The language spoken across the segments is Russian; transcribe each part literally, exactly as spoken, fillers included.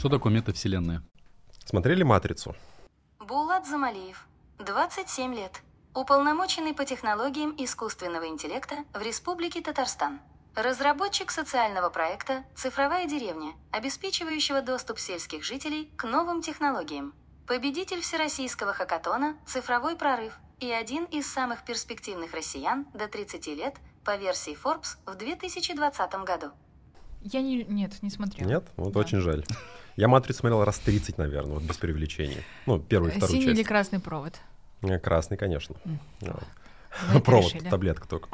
Что такое метавселенная? Смотрели «Матрицу»? Булат Замалиев, двадцать семь лет. Уполномоченный по технологиям искусственного интеллекта в Республике Татарстан. Разработчик социального проекта «Цифровая деревня», обеспечивающего доступ сельских жителей к новым технологиям. Победитель всероссийского хакатона «Цифровой прорыв» и один из самых перспективных россиян до тридцати лет по версии Forbes в две тысячи двадцатом году. Я не, нет, не смотрела. Нет? Вот Да. очень жаль. Я «Матрицу» смотрел раз тридцать, наверное, вот без преувеличения. Ну, первую и вторую Синий часть. или красный провод? Э, Красный, конечно. Вот. Мы это Провод, решили. таблетка только.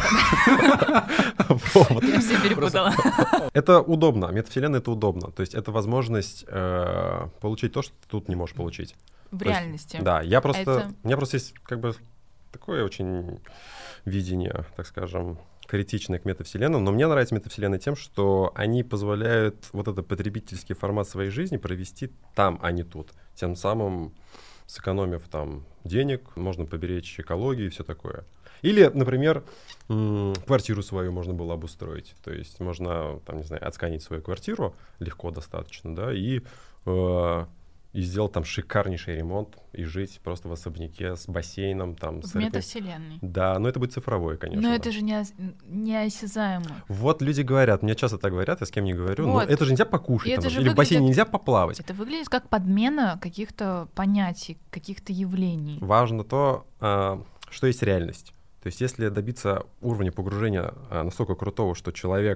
Провод. Я все перепутала. Это удобно. Метавселенная — это удобно. То есть это возможность э, получить то, что ты тут не можешь получить. В То есть, реальности. Да, я просто... Это- У меня просто есть как бы такое очень видение, так скажем, критичное к метавселенным. Но мне нравится метавселенная тем, что они позволяют вот этот потребительский формат своей жизни провести там, а не тут. Тем самым сэкономив там денег, можно поберечь экологию и все такое. Или, например, м, квартиру свою можно было обустроить. То есть можно, там, не знаю, отсканить свою квартиру легко достаточно, да, и, э, и сделать там шикарнейший ремонт и жить просто в особняке с бассейном. Там, В с рекой. метавселенной. Да, но это будет цифровое, конечно. Но это же не, ос- неосязаемо. Вот люди говорят, мне часто так говорят, я с кем не говорю, Вот. но это же нельзя покушать, И там, это же или в бассейне выглядит- нельзя поплавать. Это выглядит как подмена каких-то понятий, каких-то явлений. Важно то, а, что есть реальность. То есть если добиться уровня погружения а, настолько крутого, что человек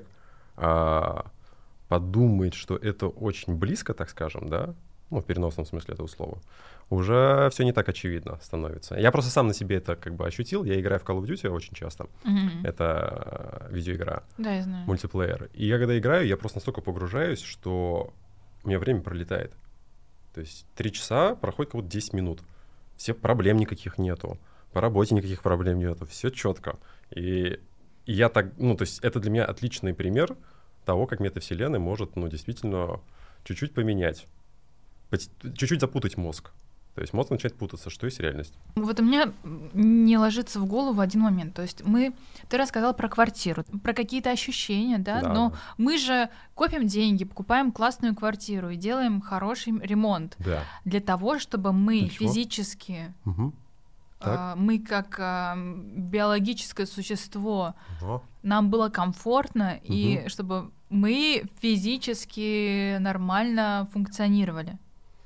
а, подумает, что это очень близко, так скажем, да, ну, в переносном смысле этого слова, уже все не так очевидно становится. Я просто сам на себе это как бы ощутил. Я играю в Call of Duty очень часто. Мгм. Это э, видеоигра, Да, я знаю. мультиплеер. И я когда играю, я просто настолько погружаюсь, что у меня время пролетает. То есть три часа проходит как будто десять минут. Все проблем никаких нету. По работе никаких проблем нету. Все четко. И, и я так, ну, то есть это для меня отличный пример того, как метавселенная может, ну, действительно чуть-чуть поменять. Пот- Чуть-чуть запутать мозг. То есть мозг начинает путаться, что есть реальность. Вот у меня не ложится в голову один момент. То есть мы, ты рассказал про квартиру, про какие-то ощущения, да, Да. но мы же копим деньги, покупаем классную квартиру и делаем хороший ремонт Да. для того, чтобы мы Для чего? физически, Угу. Так. а, мы как а, биологическое существо, Ага. нам было комфортно и чтобы мы физически нормально функционировали.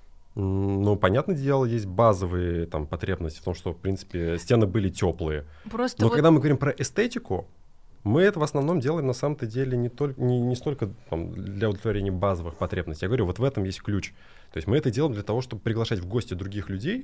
М, Ну, понятное дело, есть базовые там потребности в том, что, в принципе, стены были теплые. Просто Но вот когда мы говорим про эстетику, мы это в основном делаем на самом-то деле не, только, не, не столько там, для удовлетворения базовых потребностей. Я говорю, вот в этом есть ключ. То есть мы это делаем для того, чтобы приглашать в гости других людей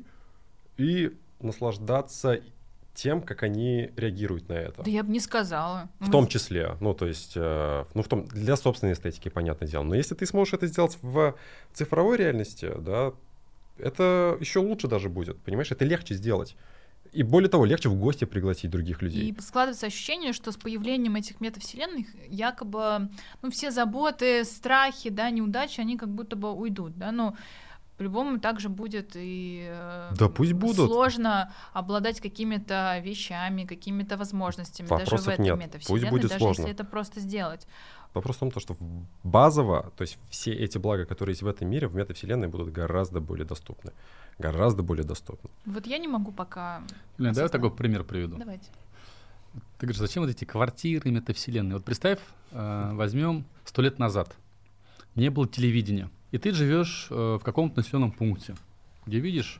и наслаждаться тем, как они реагируют на это. да я бы не сказала. В том числе, ну, то есть, э, ну, в том, для собственной эстетики, понятное дело. Но если ты сможешь это сделать в цифровой реальности, да, это еще лучше даже будет, понимаешь? Это легче сделать. И более того, легче в гости пригласить других людей. И складывается ощущение, что с появлением этих метавселенных якобы, ну, все заботы, страхи, да, неудачи, они как будто бы уйдут, да, но по-любому также будет и э, Да пусть будут. сложно обладать какими-то вещами, какими-то возможностями даже в Вопросов этой нет. метавселенной, Пусть будет даже сложно. если это просто сделать. Вопрос в том, то, что базово, то есть все эти блага, которые есть в этом мире, в метавселенной будут гораздо более доступны. Гораздо более доступны. Вот я не могу пока... Лен, давай осознать. такой пример приведу. Давайте. Ты говоришь, зачем вот эти квартиры, метавселенные? Вот представь, э, возьмем сто лет назад. Не было телевидения. И ты живешь э, в каком-то населенном пункте, где видишь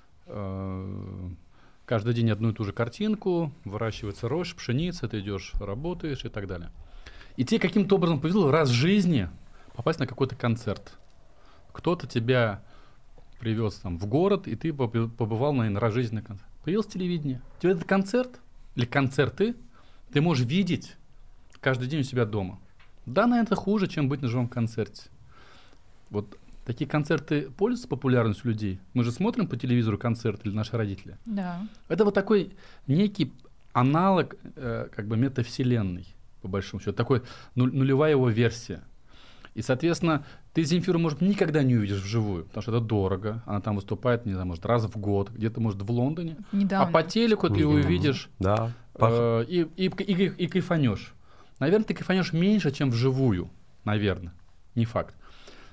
э, каждый день одну и ту же картинку, выращивается рожь, пшеница, ты идешь, работаешь и так далее. И тебе каким-то образом повезло раз в жизни попасть на какой-то концерт. Кто-то тебя привез там в город, и ты побы- побывал на, на раз в жизни на концерт. Появилось телевидение. Тебе этот концерт или концерты ты можешь видеть каждый день у себя дома. Да, наверное, это хуже, чем быть на живом концерте. Вот такие концерты пользуются популярностью у людей. Мы же смотрим по телевизору концерт или наши родители. Да. Это вот такой некий аналог э, как бы метавселенной, по большому счету. Такой нуль- нулевая его версия. И, соответственно, ты Земфиру, может, никогда не увидишь вживую, потому что это дорого. Она там выступает, не знаю, может, раз в год, где-то, может, в Лондоне. Недавно. А по телеку ты его Мгм. увидишь Да. э, и, и, и, и кайфанешь. Наверное, ты кайфанешь меньше, чем вживую. Наверное. Не факт.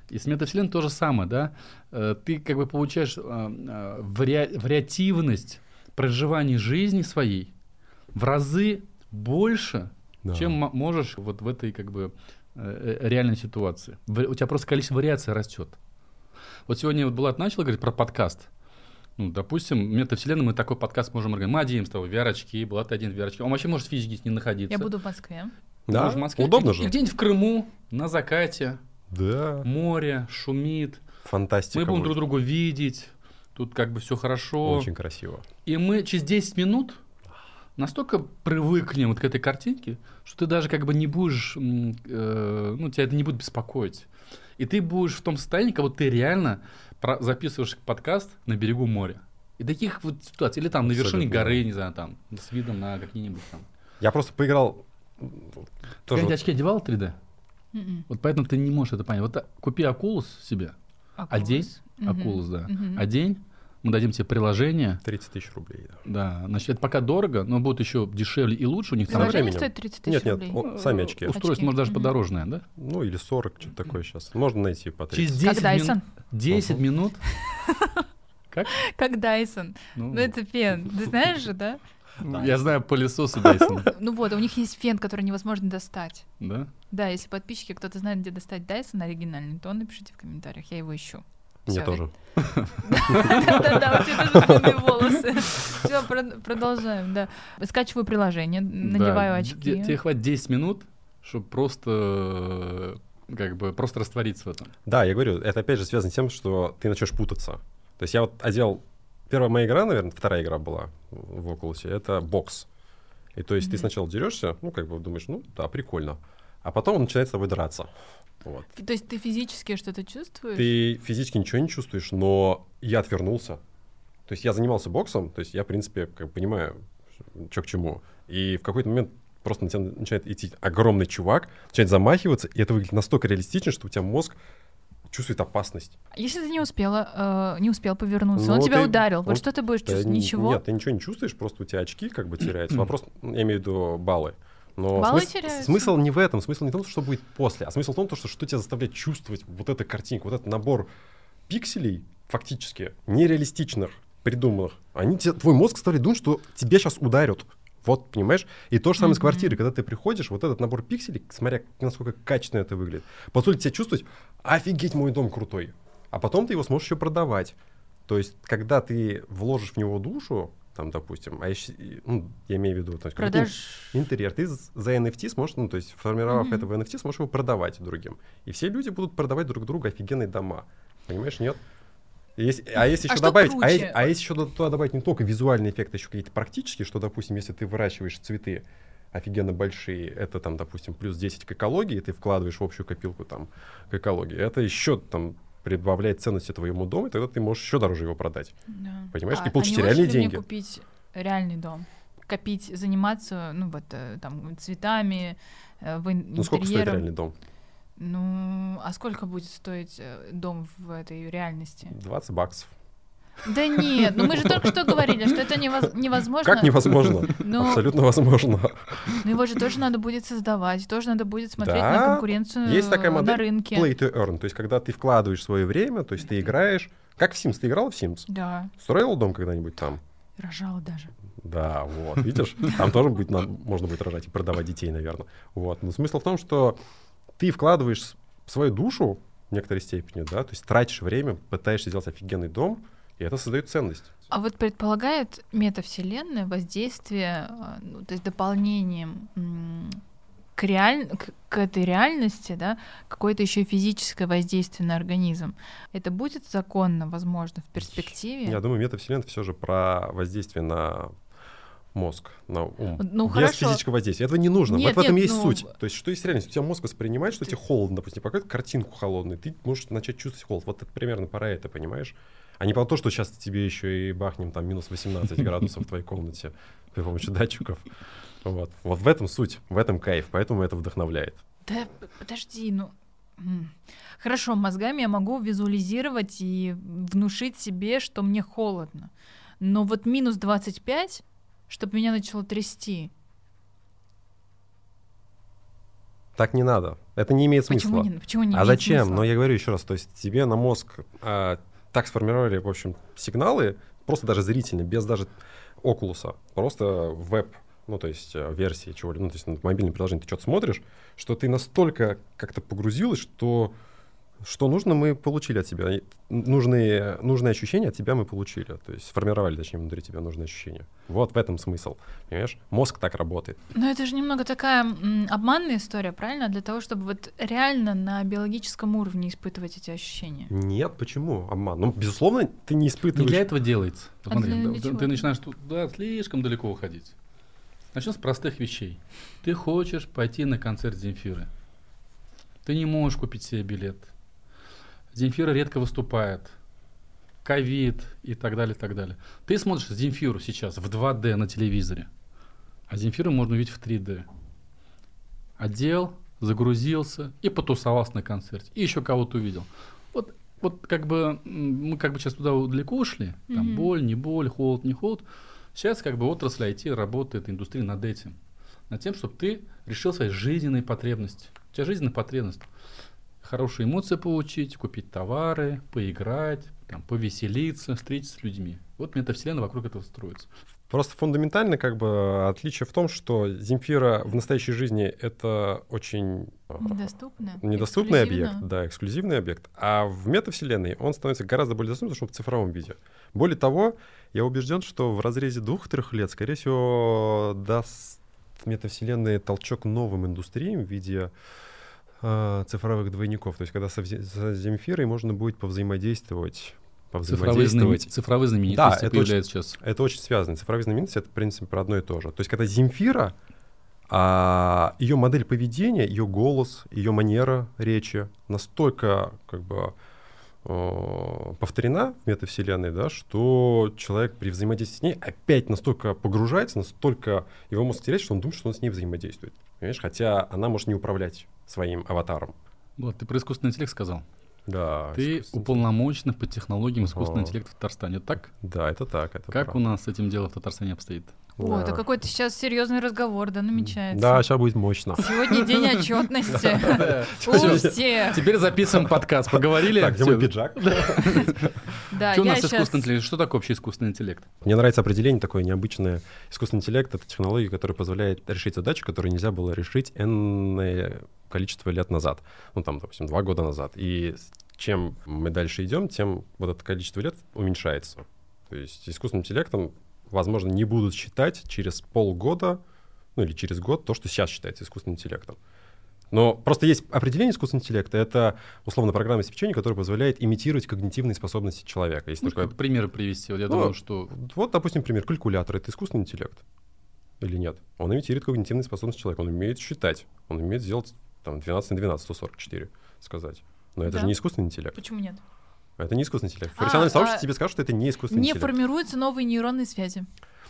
И с метавселенной то же самое, да? Э, Ты как бы получаешь э, э, вари- вариативность проживания жизни своей в разы больше, Да. чем м- можешь вот в этой как бы э, э, реальной ситуации. В- У тебя просто количество вариаций растет. Вот сегодня вот Булат начал говорить про подкаст. Ну, допустим, в метавселенной мы такой подкаст можем организовать. Мы один с тобой, ви ар-очки, Булат один в ви ар-очке. Он вообще может физически не находиться. Я буду в Москве. Да, Можешь в Москве. удобно И- же. И где-нибудь в Крыму, на закате, Да. море, шумит. Фантастика. Мы будем будет. друг друга видеть. Тут как бы все хорошо. Очень красиво. И мы через десять минут настолько привыкнем вот к этой картинке, что ты даже как бы не будешь, м, э, ну, тебя это не будет беспокоить. И ты будешь в том состоянии, как будто ты реально про- записываешь подкаст на берегу моря. И таких вот ситуаций. Или там на вершине Абсолютно. горы, не знаю, там, с видом на какие-нибудь там. Я просто поиграл. Ты Тоже эти вот- очки одевал три дэ? Мгм. Вот поэтому ты не можешь это понять. Вот так, купи Oculus себе, одень, Мгм. Oculus, да, Мгм. одень, мы дадим тебе приложение. тридцать тысяч рублей. Да. Да, значит, это пока дорого, но будет еще дешевле и лучше. У них там Приложение временем. стоит тридцать тысяч Нет, нет, рублей. о, сами очки. устройство, Очки. может, даже Мгм. подорожное, да? Ну, или сорок, что-то такое сейчас. Можно найти по Через тридцать. десять, Как мин- Dyson. десять Мгм. минут. Как? Как Dyson. Ну, Ну, это фен. Ты знаешь же, да? я знаю пылесосы Dyson, Ну вот, у них есть фен, который невозможно достать. да? Да, если подписчики, кто-то знает, где достать Dyson оригинальный, то напишите в комментариях, я его ищу. Мне Всё. тоже. Да-да-да, у тебя тоже длинные волосы. Все, продолжаем, да. Скачиваю приложение, надеваю Да. очки. Д- Тебе хватит десять минут, чтобы просто э, как бы просто раствориться в этом. Да, я говорю, это опять же связано с тем, что ты начнешь путаться. То есть я вот одел... Первая моя игра, наверное, вторая игра была в Oculus, это бокс. И то есть ты Мгм. сначала дерешься, ну, как бы думаешь, ну, да, прикольно. А потом он начинает с тобой драться. Вот. То есть ты физически что-то чувствуешь? Ты физически ничего не чувствуешь, но я отвернулся. То есть я занимался боксом, то есть я, в принципе, как бы понимаю, что к чему. И в какой-то момент просто на тебя начинает идти огромный чувак, начинает замахиваться, и это выглядит настолько реалистично, что у тебя мозг чувствует опасность. Если ты не успела, э, не успел повернуться, Ну, он тебя ты- ударил, он- вот что ты будешь Да чувствовать? н- Ничего? Нет, ты ничего не чувствуешь, просто у тебя очки как бы теряются. Вопрос, я имею в виду баллы. Но Баллы смысл, теряются? смысл не в этом, смысл не в том, что будет после, а смысл в том, что, что тебя заставляет чувствовать вот эта картинка, вот этот набор пикселей, фактически нереалистичных, придуманных. Они тебе, твой мозг заставляет думать, что тебя сейчас ударят. Вот, понимаешь? И то же самое с Мгм. квартирой. Когда ты приходишь, вот этот набор пикселей, смотря насколько качественно это выглядит, позволит тебе чувствовать, офигеть, мой дом крутой. А потом ты его сможешь еще продавать. То есть, когда ты вложишь в него душу, там, допустим, а еще, ну, я имею в виду, то есть, какой-то Продаж... интерьер, ты з- за эн эф ти сможешь, ну, то есть, формировав Мгм. это в эн эф ти, сможешь его продавать другим. И все люди будут продавать друг другу офигенные дома. Понимаешь, нет? Если, а если А еще что добавить, а, круче? если- а если еще туда добавить не только визуальный эффект, а еще какие-то практические, что, допустим, если ты выращиваешь цветы офигенно большие, это там, допустим, плюс десять к экологии, ты вкладываешь в общую копилку там к экологии, это еще там прибавляет ценности твоему дому, и тогда ты можешь еще дороже его продать. Да. Понимаешь, А- и получить а не реальные лучше ли мне деньги. купить реальный дом? Копить, заниматься, ну, вот, э, там, цветами, э, в ин- Ну сколько стоит интерьером? реальный дом? Ну, а сколько будет стоить э, дом в этой реальности? двадцать баксов. Да нет, ну мы же только что говорили, что это невоз- невозможно. Как невозможно? Ну, Абсолютно возможно. ну, его же тоже надо будет создавать, тоже надо будет смотреть Да, на конкуренцию есть такая э, на модель рынке. Play to earn, то есть когда ты вкладываешь свое время, то есть ты играешь. Как в Sims? Ты играл в Sims? Да, Строил дом когда-нибудь там? рожала даже. Да, вот, видишь, там тоже будет, на- можно будет рожать и продавать детей, наверное. Вот, но смысл в том, что ты вкладываешь с- свою душу в некоторой степени, да, то есть тратишь время, пытаешься сделать офигенный дом, и это создает ценность. А вот предполагает метавселенная воздействие, э, ну, то есть дополнением м, к, реаль... к, к этой реальности, да, какое-то еще физическое воздействие на организм. Это будет законно, возможно, в перспективе? Я думаю, метавселенная все же про воздействие на мозг, на ум. Ну, Без хорошо. физического воздействия. Этого не нужно. Нет, вот в этом нет, есть ну, суть. То есть, что есть реальность? У тебя мозг воспринимает, что тебе холодно, допустим, показывает картинку холодную, ты можешь начать чувствовать холод. Вот это примерно про это, понимаешь? А не про то, что сейчас тебе еще и бахнем там минус восемнадцать градусов в твоей комнате при помощи датчиков. Вот. Вот в этом суть, в этом кайф, поэтому это вдохновляет. Да, п- подожди, ну... м. Хорошо, мозгами я могу визуализировать и внушить себе, что мне холодно. Но вот минус двадцать пять, чтобы меня начало трясти. Так не надо. Это не имеет Почему смысла. не, почему не а имеет зачем? смысла? Но я говорю еще раз, то есть тебе на мозг а, так сформировали, в общем, сигналы, просто даже зрительно, без даже окулуса, просто веб, ну, то есть версии чего-либо, ну, то есть на мобильном приложении ты что-то смотришь, что ты настолько как-то погрузилась, что что нужно, мы получили от тебя. Нужные, нужные ощущения от тебя мы получили. То есть сформировали, точнее, внутри тебя нужные ощущения. Вот в этом смысл. Понимаешь? Мозг так работает. Но это же немного такая м, обманная история, правильно? Для того, чтобы вот реально на биологическом уровне испытывать эти ощущения. Нет, почему обман? Ну, безусловно, ты не Не испытываешь... для этого делается. А Смотри, для- да, для ты, чего ты это? начинаешь туда слишком далеко уходить. Начнем с простых вещей. Ты хочешь пойти на концерт Земфиры. Ты не можешь купить себе билет. Земфира редко выступает. Ковид и так далее, и так далее. Ты смотришь Земфиру сейчас в два дэ на телевизоре, а Земфиру можно увидеть в три дэ. Одел, загрузился и потусовался на концерте. И еще кого-то увидел. Вот, вот как бы м, мы как бы сейчас туда далеко ушли. Там Мгм. боль, не боль, холод, не холод. Сейчас как бы отрасль ай ти работает, индустрия над этим. Над тем, чтобы ты решил свои жизненные потребности. У тебя жизненная потребность. Хорошие эмоции получить, купить товары, поиграть, там, повеселиться, встретиться с людьми. Вот метавселенная вокруг этого строится. Просто фундаментально как бы отличие в том, что Земфира в настоящей жизни — это очень э, Недоступно. недоступный эксклюзивно. объект, да, эксклюзивный объект, а в метавселенной он становится гораздо более доступным, потому что в цифровом виде. Более того, я убежден, что в разрезе двух-трех лет, скорее всего, даст метавселенная толчок новым индустриям в виде э, цифровых двойников. То есть когда со, Зе- со Земфирой можно будет повзаимодействовать, Цифровые, знамени- повзаимодействовать. цифровые Да, знаменитости это появляются сейчас. Это очень связано. Цифровые знаменитости — это, в принципе, про одно и то же. То есть, когда Земфира, а, ее модель поведения, ее голос, ее манера речи настолько как бы э, повторена в метавселенной, да, что человек при взаимодействии с ней опять настолько погружается, настолько его мозг теряет, что он думает, что он с ней взаимодействует. Понимаешь? Хотя она может не управлять своим аватаром. Вот, ты про искусственный интеллект сказал. Да, Ты искусственный уполномочен по технологиям искусственного Ага. интеллекта в Татарстане. Так? интеллект. Да, это так. Это Как правда. у нас с этим делом в Татарстане обстоит? О, Да. это какой-то сейчас серьезный разговор, да, намечается. Да, сейчас будет мощно. Сегодня день отчетности. У Всё. всех. Теперь записываем подкаст. Поговорили? Так, где Всё. мой пиджак? Да, Что у я нас сейчас... искусственный интеллект? Что такое вообще искусственный интеллект? Мне нравится определение такое необычное. Искусственный интеллект — это технология, которая позволяет решить задачи, которые нельзя было решить энное количество лет назад. Ну, там, допустим, два года назад. И с- чем мы дальше идем, тем вот это количество лет уменьшается. То есть искусственным интеллектом, возможно, не будут считать через полгода, ну или через год, то, что сейчас считается искусственным интеллектом. Но просто есть определение искусственного интеллекта. Это, условно, программное обеспечение, которое позволяет имитировать когнитивные способности человека. Есть Можешь такое... какие-то примеры привести? Вот я Ну, думаю, что... Вот, допустим, пример. Калькулятор — это искусственный интеллект или нет? Он имитирует когнитивные способности человека. Он умеет считать. Он умеет сделать там, двенадцать на двенадцать, сто сорок четыре сказать. Но это Да. же не искусственный интеллект. Почему нет? Это не искусственный интеллект. А, Профессиональное сообщество а тебе скажет, что это не искусственный Не интеллект. формируются новые нейронные связи.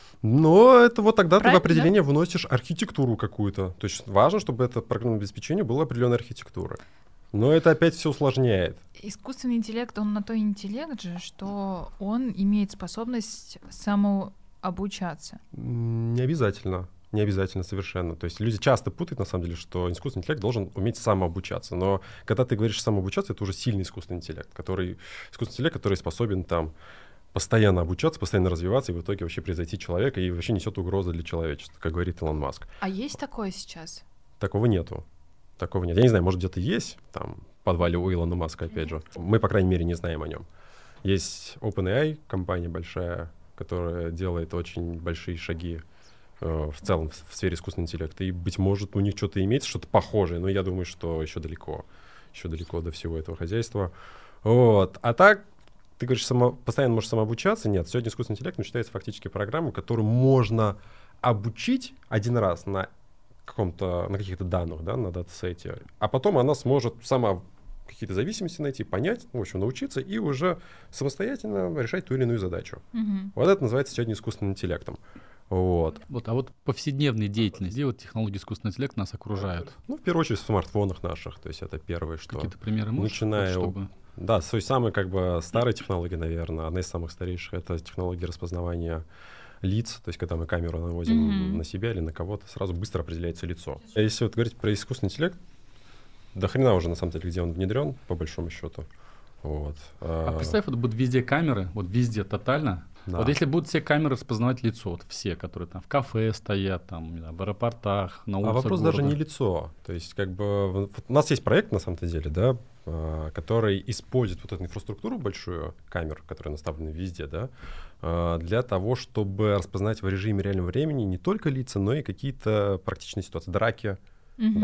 Но это вот тогда ты в Правильно, определение вносишь архитектуру какую-то. То есть важно, чтобы это программное обеспечение было определенной архитектуры. Но это опять все усложняет. Искусственный интеллект, он на то интеллект же, что он имеет способность самообучаться. М, Не обязательно. Не обязательно совершенно. То есть люди часто путают, на самом деле, что искусственный интеллект должен уметь самообучаться. Но когда ты говоришь самообучаться, это уже сильный искусственный интеллект, который, искусственный интеллект, который способен там постоянно обучаться, постоянно развиваться и в итоге вообще превзойти человека и вообще несет угрозу для человечества, как говорит Илон Маск. А есть такое сейчас? Такого нету. Такого нет. Я не знаю, может, где-то есть, там, в подвале у Илона Маска, опять же. Мы, по крайней мере, не знаем о нем. Есть OpenAI, компания большая, которая делает очень большие шаги э, в целом в, в сфере искусственного интеллекта. И, быть может, у них что-то имеется, что-то похожее, но я думаю, что еще далеко. Еще далеко до всего этого хозяйства. Вот. А так, ты говоришь, само, постоянно можешь самообучаться. Нет, сегодня искусственный интеллект считается фактически программой, которую можно обучить один раз на каком-то, на каких-то данных, да, на датасете, а потом она сможет сама какие-то зависимости найти, понять, ну, в общем, научиться и уже самостоятельно решать ту или иную задачу. Мгм. Вот это называется сегодня искусственным интеллектом. Вот. Вот, а вот повседневной деятельности, где вот технологии искусственного интеллекта нас окружают? Ну, в первую очередь, в смартфонах наших, то есть это первое, что... Какие-то примеры можешь? Начиная Вот у- чтобы... Да, то есть самые как бы старые технологии, наверное, одна из самых старейших — это технология распознавания лиц, то есть когда мы камеру наводим Мгм. на себя или на кого-то, сразу быстро определяется лицо. А если вот говорить про искусственный интеллект, до хрена уже, на самом деле, где он внедрен, по большому счету. Вот. А представь, вот будут везде камеры, вот везде тотально. Да. Вот если будут все камеры распознавать лицо, вот все, которые там в кафе стоят, там, не знаю, в аэропортах, на улицах А вопрос города. даже не лицо. То есть, как бы, вот у нас есть проект, на самом-то деле, да, который использует вот эту инфраструктуру большую, камер, которые наставлены везде, да, для того, чтобы распознать в режиме реального времени не только лица, но и какие-то практичные ситуации, драки, mm-hmm.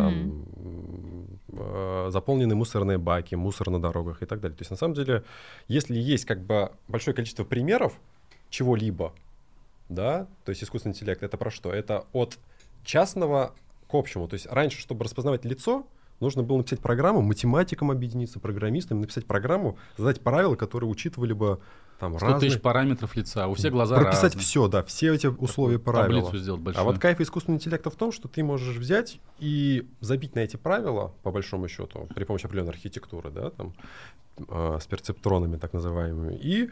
там, заполненные мусорные баки, мусор на дорогах и так далее. То есть, на самом деле, если есть как бы большое количество примеров чего-либо, да, то есть искусственный интеллект, это про что? Это от частного к общему. То есть раньше, чтобы распознавать лицо, нужно было написать программу, математикам объединиться, программистам, написать программу, задать правила, которые учитывали бы там сто разные... тысяч параметров лица, у всех глаза прописать разные. все, да, все эти условия правила. Таблицу сделать большую. А вот кайф искусственного интеллекта в том, что ты можешь взять и забить на эти правила, по большому счету, при помощи определенной архитектуры, да, там, э, с перцептронами так называемыми, и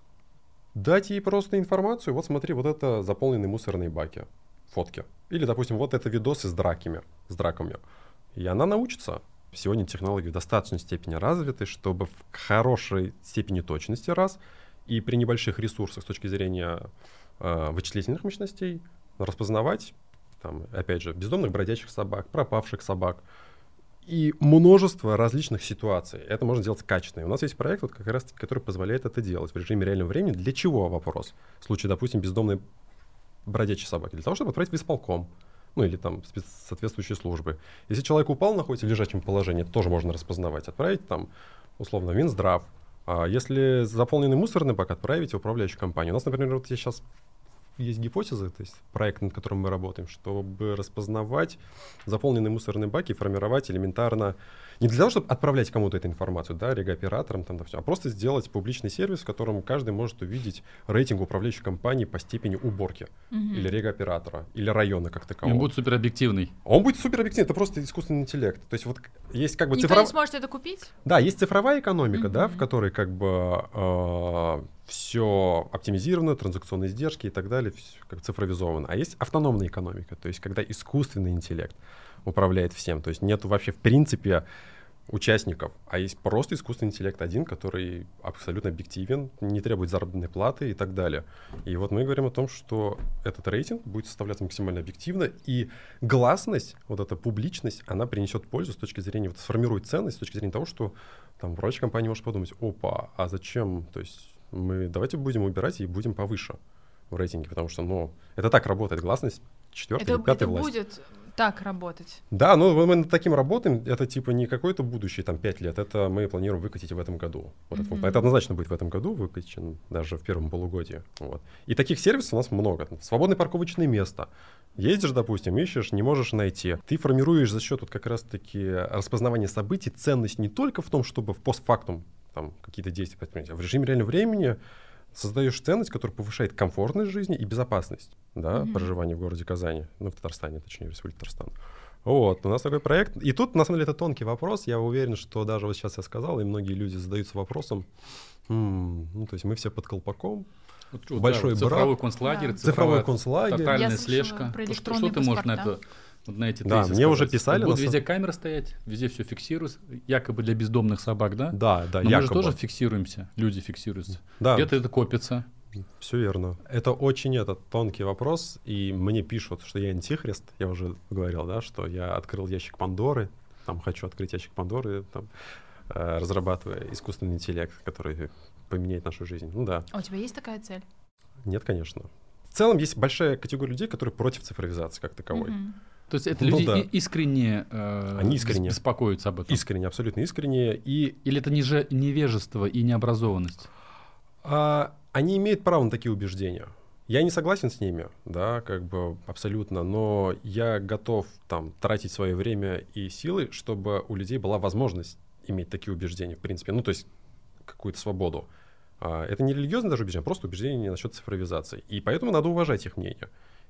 дать ей просто информацию. Вот смотри, вот это заполненные мусорные баки, фотки. Или, допустим, вот это видосы с драками, с драками. И она научится. Сегодня технологии в достаточной степени развиты, чтобы в хорошей степени точности раз, и при небольших ресурсах с точки зрения э, вычислительных мощностей распознавать, там, опять же, бездомных бродячих собак, пропавших собак, и множество различных ситуаций. Это можно делать качественно. И у нас есть проект, вот, как раз, который позволяет это делать в режиме реального времени. Для чего вопрос? В случае, допустим, бездомной бродячей собаки. Для того, чтобы отправить в исполком. Ну или там соответствующие службы. Если человек упал, находится в лежачем положении, это тоже можно распознавать. Отправить там, условно, в Минздрав. А если заполненный мусорный бак, отправить в управляющую компанию. У нас, например, вот я сейчас... Есть гипотеза, то есть проект, над которым мы работаем, чтобы распознавать заполненные мусорные баки и формировать элементарно, не для того, чтобы отправлять кому-то эту информацию, да, регооператорам, там, да, все, а просто сделать публичный сервис, в котором каждый может увидеть рейтинг управляющей компании по степени уборки, mm-hmm. или регооператора, или района как такового. Он будет суперобъективный. Он будет суперобъективный, это просто искусственный интеллект. То есть вот есть как бы Никто цифров... не сможет это купить? Да, есть цифровая экономика, mm-hmm. да, в которой как бы э, все оптимизировано, транзакционные издержки и так далее, все как цифровизовано. А есть автономная экономика, то есть когда искусственный интеллект управляет всем. То есть нет вообще в принципе участников, а есть просто искусственный интеллект один, который абсолютно объективен, не требует заработной платы и так далее. И вот мы говорим о том, что этот рейтинг будет составляться максимально объективно, и гласность, вот эта публичность, она принесет пользу с точки зрения, вот сформирует ценность с точки зрения того, что там управляющая компания может подумать: опа, а зачем? То есть мы давайте будем убирать и будем повыше в рейтинге, потому что, ну, это так работает, гласность четвертая или пятая власть. Это будет так работать. Да, ну мы над таким работаем, это типа не какое-то будущее, там, пять лет, это мы планируем выкатить в этом году. Вот mm-hmm. это, это однозначно будет в этом году выкачан, даже в первом полугодии. Вот. И таких сервисов у нас много. Свободное парковочное место. Ездишь, допустим, ищешь, не можешь найти. Ты формируешь за счет вот как раз-таки распознавания событий ценность не только в том, чтобы в постфактум там какие-то действия предпринять, а в режиме реального времени создаешь ценность, которая повышает комфортность жизни и безопасность, да, mm-hmm. проживания в городе Казани, ну, в Татарстане, точнее, в Республике Татарстан. Вот, у нас такой проект. И тут, на самом деле, это тонкий вопрос. Я уверен, что даже вот сейчас я сказал, и многие люди задаются вопросом, м-м, ну, то есть мы все под колпаком, вот, большой да, брат, цифровой концлагерь, да. цифровой концлагерь, тотальная я слежка. Про что, что ты можешь на это? Вот на эти да, мне сказать. уже писали. Вот будут на везде камеры стоять, везде все фиксируется, якобы для бездомных собак, да? Да, да, но якобы. мы же тоже фиксируемся, люди фиксируются. Да. Где-то это копится. Все верно. Это очень этот тонкий вопрос, и мне пишут, что я антихрист. Я уже говорил, да, что я открыл ящик Пандоры, там хочу открыть ящик Пандоры, там, э, разрабатывая искусственный интеллект, который поменяет нашу жизнь. Ну да. А у тебя есть такая цель? Нет, конечно. В целом есть большая категория людей, которые против цифровизации как таковой. Mm-hmm. То есть это Ну, люди да. искренне, э, Они искренне беспокоятся об этом? Искренне, абсолютно искренне. И, Или это неже, невежество и необразованность? а, они имеют право на такие убеждения. Я не согласен с ними, да, как бы абсолютно, но я готов там тратить свое время и силы, чтобы у людей была возможность иметь такие убеждения, в принципе, ну, то есть какую-то свободу. А, это не религиозное даже убеждение, а просто убеждение насчет цифровизации. И поэтому надо уважать их мнение.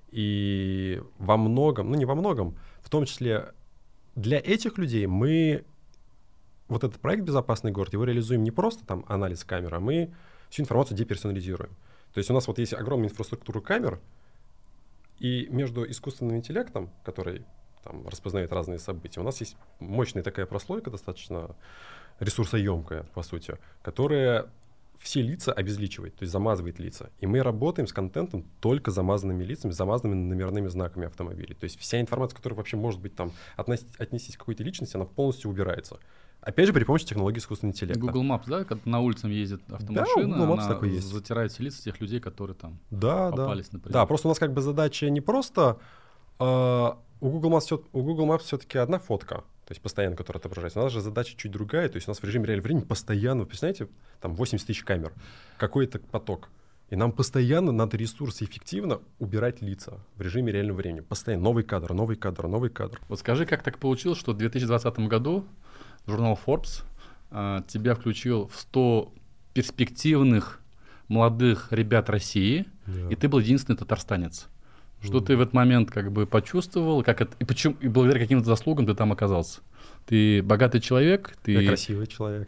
И во многом, ну не во многом, в том числе для этих людей мы вот этот проект «Безопасный город», его реализуем не просто там анализ камер, а мы всю информацию деперсонализируем. То есть у нас вот есть огромная инфраструктура камер, и между искусственным интеллектом, который там, распознает разные события. У нас есть мощная такая прослойка, достаточно ресурсоемкая, по сути, которая все лица обезличивает, то есть замазывает лица. И мы работаем с контентом только замазанными лицами, замазанными номерными знаками автомобилей. То есть вся информация, которая вообще может быть там относить, отнестись к какой-то личности, она полностью убирается. Опять же, при помощи технологии искусственного интеллекта. Google Maps, да, когда на улице ездит автомашина, да, Google Maps она такой есть. затирает все лица тех людей, которые там да, попались, да. например. Да, просто у нас как бы задача не просто... Э, у, Google Maps все, у Google Maps все-таки одна фотка, то есть постоянно, которая отображается. У нас же задача чуть другая, то есть у нас в режиме реального времени постоянно, вы представляете, там восемьдесят тысяч камер, какой-то поток. И нам постоянно надо ресурсоэффективно убирать лица в режиме реального времени. Постоянно новый кадр, новый кадр, новый кадр. Вот скажи, как так получилось, что в две тысячи двадцатом году журнал Forbes а, тебя включил в сто перспективных молодых ребят России, Yeah. и ты был единственный татарстанец. Что ты в этот момент как бы почувствовал, как это, и почему, и благодаря каким-то заслугам ты там оказался? Ты богатый человек, ты... Я красивый человек.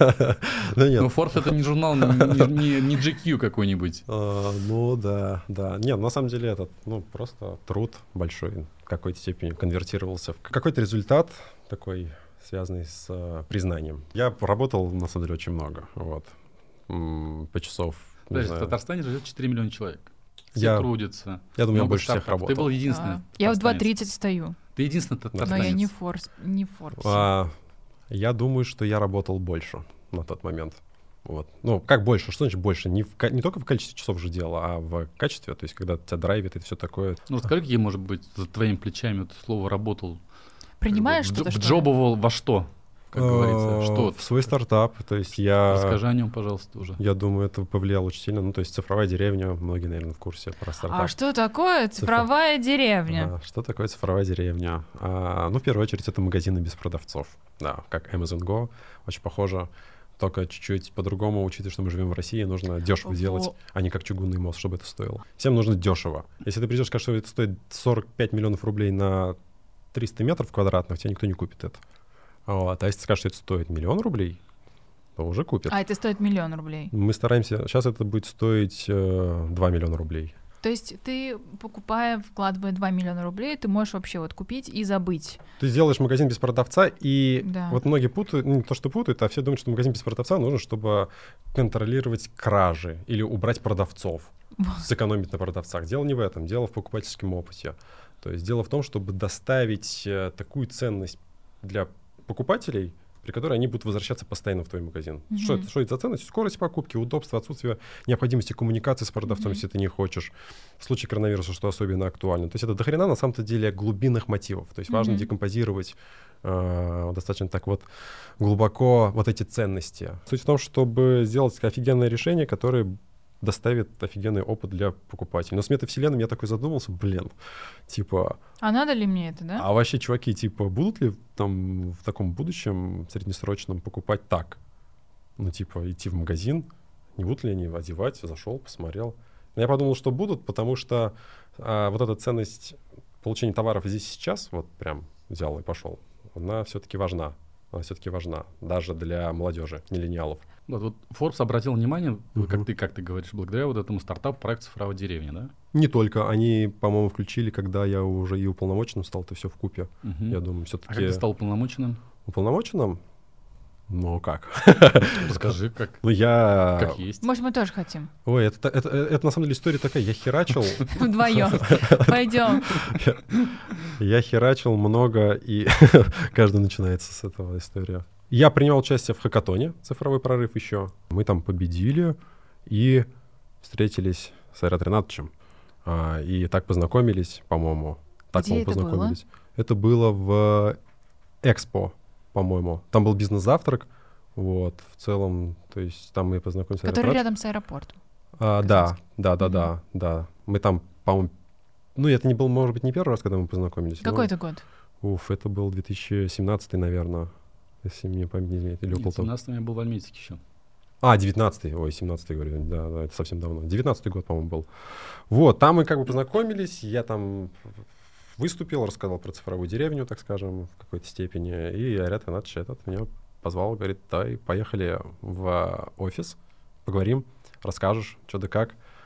Ну нет. Ну, Forbes — это не журнал, не не джи кью какой-нибудь. Ну да, да. Нет, на самом деле этот, ну просто труд большой в какой-то степени конвертировался в какой-то результат такой, связанный с признанием. Я работал, на самом деле, очень много, вот, по часов. Подожди, в Татарстане живет четыре миллиона человек. Все Я, трудятся. Я думаю, я больше всех работал. Ты был единственный. А, я в два тридцать встаю. Ты единственный татарстанец. Но я не Forbes. Не Forbes. А, я думаю, что я работал больше на тот момент. Вот. Ну, как больше? Что значит больше? Не, в, не только в количестве часов же дело, а в качестве. То есть, когда тебя драйвит и все такое. Ну, расскажи, какие, может быть, за твоими плечами вот слово «работал»? Принимаешь как бы, что-то, что ли? Вджобывал во что? Как говорится, что? В свой стартап, то есть я... Расскажи о нем, пожалуйста, уже. Я думаю, это повлияло очень сильно. Ну, то есть цифровая деревня, многие, наверное, в курсе про стартап. А что такое цифровая Цифр... деревня? Да, что такое цифровая деревня? А, ну, в первую очередь, это магазины без продавцов. Да, как Amazon Go, очень похоже. Только чуть-чуть по-другому, учитывая, что мы живем в России, нужно дешево Во. делать, а не как чугунный мост, чтобы это стоило. Всем нужно дешево. Если ты придешь, скажешь, что это стоит сорок пять миллионов рублей на триста метров квадратных, тебе никто не купит это. Вот. А если ты скажешь, что это стоит миллион рублей, то уже купят. А это стоит миллион рублей? Мы стараемся... Сейчас это будет стоить э, два миллиона рублей. То есть ты, покупая, вкладывая два миллиона рублей, ты можешь вообще вот купить и забыть. Ты сделаешь магазин без продавца, и Да. вот многие путают, не то что путают, а все думают, что магазин без продавца нужен, чтобы контролировать кражи или убрать продавцов, сэкономить на продавцах. Дело не в этом, дело в покупательском опыте. То есть дело в том, чтобы доставить э, такую ценность для покупателей, при которой они будут возвращаться постоянно в твой магазин. Mm-hmm. Что, это, что это за ценность? Скорость покупки, удобство, отсутствие необходимости коммуникации с продавцом, mm-hmm. если ты не хочешь. В случае коронавируса, что особенно актуально. То есть это дохрена на самом-то деле глубинных мотивов. То есть mm-hmm. важно декомпозировать э, достаточно так вот глубоко вот эти ценности. Суть в том, чтобы сделать офигенное решение, которое доставит офигенный опыт для покупателей. Но с метавселенным я такой задумался, блин, типа... А надо ли мне это, да? А вообще, чуваки, типа, будут ли там в таком будущем среднесрочном покупать так? Ну, типа, идти в магазин, не будут ли они одевать, зашел, посмотрел. Но я подумал, что будут, потому что а, вот эта ценность получения товаров здесь и сейчас, вот прям взял и пошел, она все-таки важна. Она все-таки важна, даже для молодежи, миллениалов. Вот, вот Forbes обратил внимание, Uh-huh. как ты, как ты говоришь, благодаря вот этому стартапу проекту «Цифровая деревня», да? Не только. Они, по-моему, включили, когда я уже и уполномоченным стал, это все вкупе. Uh-huh. Я думаю, все-таки... А как ты стал уполномоченным? Уполномоченным? Ну, как? Расскажи, как. Ну, я... Как есть. Может, мы тоже хотим. Ой, это, это, это, это на самом деле история такая. Я херачил... Вдвоем. Пойдем. Я херачил много, и каждый начинается с этого история. Я принимал участие в хакатоне «Цифровой прорыв» еще. Мы там победили и встретились с Айрат Ринатовичем. А, и так познакомились, по-моему. Так Где мы это познакомились. было? Это было в Экспо, по-моему. Там был бизнес-завтрак. Вот, в целом, то есть там мы познакомились. Который Айрат рядом с аэропортом. А, да, да, да, да, да. Мы там, по-моему, ну, это не был, может быть, не первый раз, когда мы познакомились. Какой но... это год? Уф, это был две тысячи семнадцатый, наверное, если мне память не изменяет. Или около В того. семнадцатом я был в Альметьевске еще. А, девятнадцатый, ой, семнадцатый, говорю, да, да, это совсем давно. девятнадцатый год, по-моему, был. Вот, там мы как бы познакомились, я там выступил, рассказал про цифровую деревню, так скажем, в какой-то степени, и Айрат Ринатович этот меня позвал, говорит, дай, поехали в офис, поговорим, расскажешь, что да как.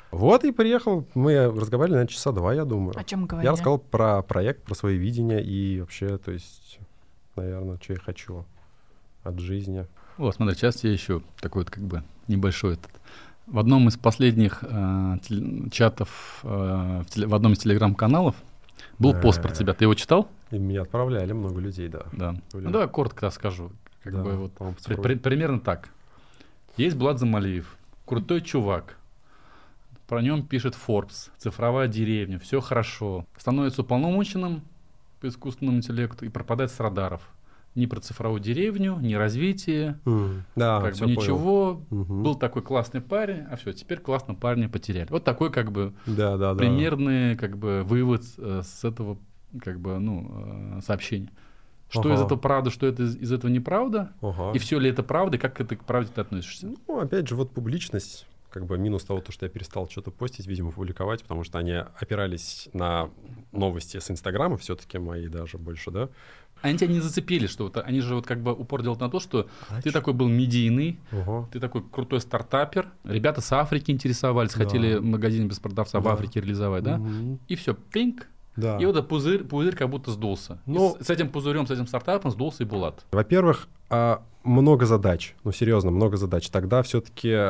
Вот и приехал, мы разговаривали, наверное, часа два, я думаю. О чем говорили? Я рассказал про проект, про свои видения и вообще, то есть, наверное, что я хочу от жизни. Вот, смотри, сейчас я еще такой вот как бы небольшой этот. В одном из последних э, теле- чатов, э, в, теле- в одном из телеграм-каналов был Э. пост про тебя. Ты его читал? И меня отправляли много людей, да. Да. Были. Ну давай коротко расскажу. Как Да, бы вот по-моему, при- цифровой. при- примерно так. Есть Булат Замалиев, крутой чувак. Про нем пишет Forbes, цифровая деревня, все хорошо. Становится уполномоченным по искусственному интеллекту и пропадает с радаров. Ни про цифровую деревню, ни развитие, М, Да, как всё бы понял. ничего. Мгм. Был такой классный парень, а все, теперь классного парня потеряли. Вот такой как бы Да, да, да. примерный как бы вывод э, с этого как бы ну э, сообщения. Что Ага. из этого правда, что это из, из этого неправда, Ага. и все ли это правда, и как это к правде ты относишься? Ну, опять же, вот публичность, как бы минус того, то, что я перестал что-то постить, видимо, публиковать, потому что они опирались на новости с Инстаграма, все-таки мои даже больше, да. Они тебя не зацепили, что вот, они же вот как бы упор делают на то, что А ты чё? такой был медийный, Ага. ты такой крутой стартапер, ребята с Африки интересовались, Да. хотели магазин без продавца в Да. Африке реализовать, да? Мгм. И все, пинг, Да. и вот этот пузырь, пузырь как будто сдулся. И Ну- с, с этим пузырем, с этим стартапом сдулся и Булат. Во-первых, а, много задач, ну, серьезно, много задач. Тогда все-таки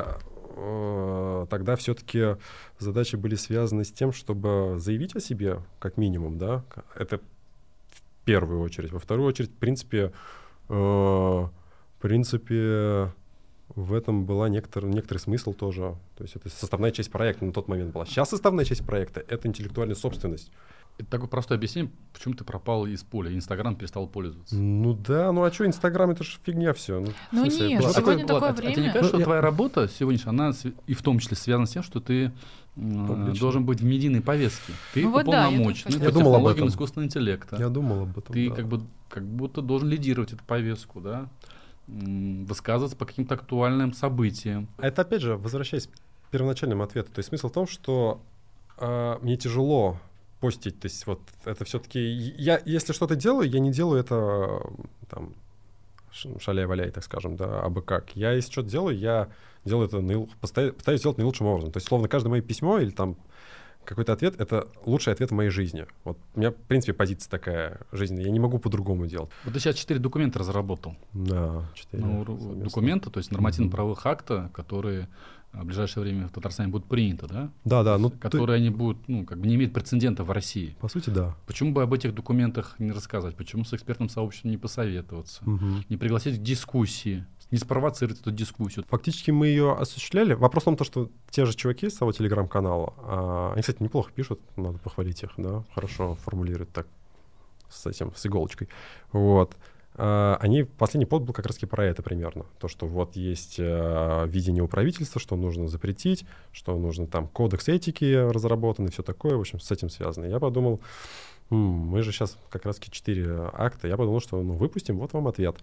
тогда все-таки задачи были связаны с тем, чтобы заявить о себе, как минимум, да, это в первую очередь. Во вторую очередь, в принципе, э, в принципе, в этом была некотор, некоторый смысл тоже. То есть это составная часть проекта на тот момент была. Сейчас составная часть проекта — это интеллектуальная собственность. Это такое простое объяснение, почему ты пропал из поля, Инстаграм перестал пользоваться. Ну да, ну а что, Инстаграм — это же фигня все. Ну, Ну в смысле, нет, ну, сегодня такой- такое а, а тебе не время. кажется, что Ну, я- твоя работа сегодняшняя, она св- и в том числе связана с тем, что ты м, Публично. должен быть в медийной повестке? Ты Ну вот да, я уполномочен тоже по хотела. Я думал об технологиям этом. искусственного интеллекта. Я думал об этом. Ты да. как бы как будто должен лидировать эту повестку, да? М, высказываться по каким-то актуальным событиям. А это, опять же, возвращаясь к первоначальному ответу. То есть смысл в том, что э, мне тяжело постить. То есть вот это все-таки... Я, если что-то делаю, я не делаю это э, там ш- шаляй-валяй, так скажем, да, абы как. Я, если что-то делаю, я делаю это, наил... постаю- пытаюсь сделать наилучшим образом. То есть, словно, каждое мое письмо или там какой-то ответ — это лучший ответ в моей жизни. Вот у меня, в принципе, позиция такая жизненная. Я не могу по-другому делать. Вот ты сейчас четыре документа разработал. Да, четыре Ну, ру- совместно. документа, то есть нормативно-правовых акта, которые а, в ближайшее время в Татарстане будут приняты, да? Да, да. Ну, Которые они будут, ну, как бы не имеют прецедента в России. ты- по сути, да. Почему бы об этих документах не рассказать? Почему с экспертным сообществом не посоветоваться? Мгм. Не пригласить к дискуссии, не спровоцировать эту дискуссию? Фактически мы ее осуществляли. Вопрос в том, то, что те же чуваки с того телеграм-канала, а, они, кстати, неплохо пишут, надо похвалить их, да, хорошо формулируют так, с этим, с иголочкой. Вот. А, они, последний пост был как раз-таки про это примерно. То, что вот есть а, видение у правительства, что нужно запретить, что нужно там кодекс этики разработан и все такое, в общем, с этим связано. Я подумал, «М, мы же сейчас как раз-таки четыре акта, я подумал, что ну, выпустим, вот вам ответ.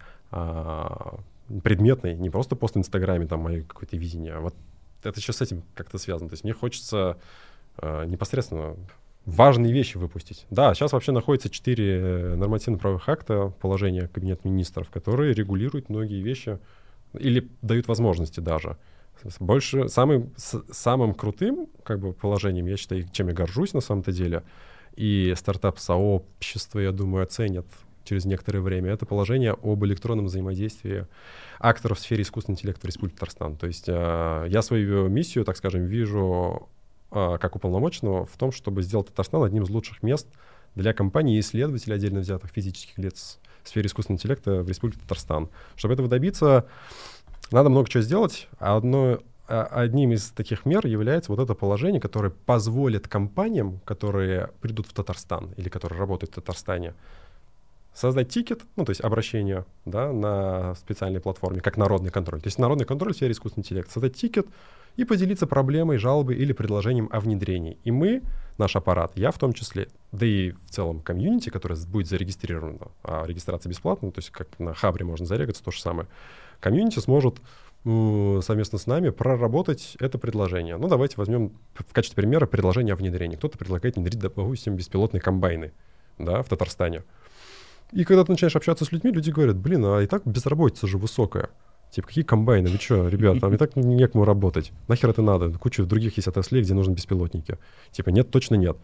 А, предметный, не просто пост в Инстаграме, там, мое какое-то видение, а вот это еще с этим как-то связано. То есть мне хочется э, непосредственно важные вещи выпустить. Да, сейчас вообще находится четыре нормативно-правовых акта, положения Кабинета министров, которые регулируют многие вещи или дают возможности даже. Больше, самым, с- самым крутым как бы, положением, я считаю, чем я горжусь на самом-то деле, и стартап-сообщество, я думаю, оценят через некоторое время, это положение об электронном взаимодействии акторов в сфере искусственного интеллекта в Республике Татарстан. То есть э, я свою миссию, так скажем, вижу э, как уполномоченного в том, чтобы сделать Татарстан одним из лучших мест для компаний и исследователей отдельно взятых физических лиц в сфере искусственного интеллекта в Республике Татарстан. Чтобы этого добиться, надо много чего сделать. А одно, а, одним из таких мер является вот это положение, которое позволит компаниям, которые придут в Татарстан или которые работают в Татарстане, создать тикет, ну, то есть обращение, да, на специальной платформе, как народный контроль. То есть народный контроль в сфере искусственного интеллекта. Создать тикет и поделиться проблемой, жалобой или предложением о внедрении. И мы, наш аппарат, я в том числе, да и в целом комьюнити, которое будет зарегистрировано, а регистрация бесплатная, то есть как на Хабре можно зарегаться, то же самое, комьюнити сможет ну, совместно с нами проработать это предложение. Ну, давайте возьмем в качестве примера предложение о внедрении. Кто-то предлагает внедрить, допустим, беспилотные комбайны, да, в Татарстане. И когда ты начинаешь общаться с людьми, люди говорят, блин, а и так безработица же высокая. Типа, какие комбайны? Вы что, ребят, там и так некому работать. Нахер это надо? Куча других есть отраслей, где нужны беспилотники. Типа, нет, точно нет.